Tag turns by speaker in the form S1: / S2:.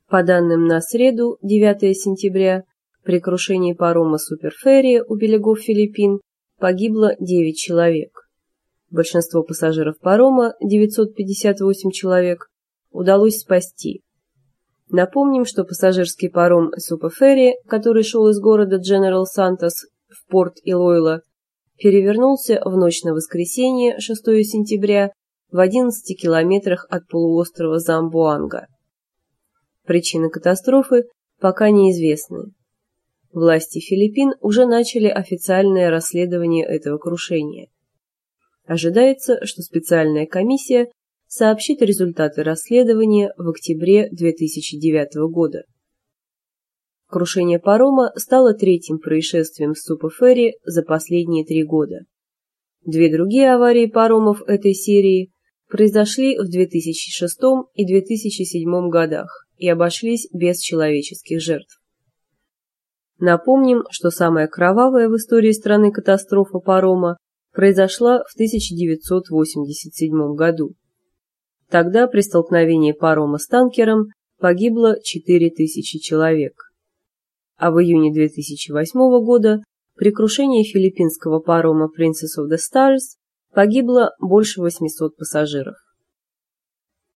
S1: По данным на среду, 9 сентября, при крушении парома Суперферри у берегов Филиппин погибло 9 человек. Большинство пассажиров парома, 958 человек, удалось спасти. Напомним, что пассажирский паром Суперферри, который шел из города Дженерал Сантос в порт Илойла, перевернулся в ночь на воскресенье, 6 сентября, в 11 километрах от полуострова Замбоанга. Причины катастрофы пока неизвестны. Власти Филиппин уже начали официальное расследование этого крушения. Ожидается, что специальная комиссия сообщит результаты расследования в октябре 2009 года. Крушение парома стало третьим происшествием с Суперферри за последние 3 года. 2 другие аварии паромов этой серии произошли в 2006 и 2007 годах и обошлись без человеческих жертв. Напомним, что самая кровавая в истории страны катастрофа парома произошла в 1987 году. Тогда при столкновении парома с танкером погибло 4000 человек. А в июне 2008 года при крушении филиппинского парома Princess of the Stars погибло больше 800 пассажиров.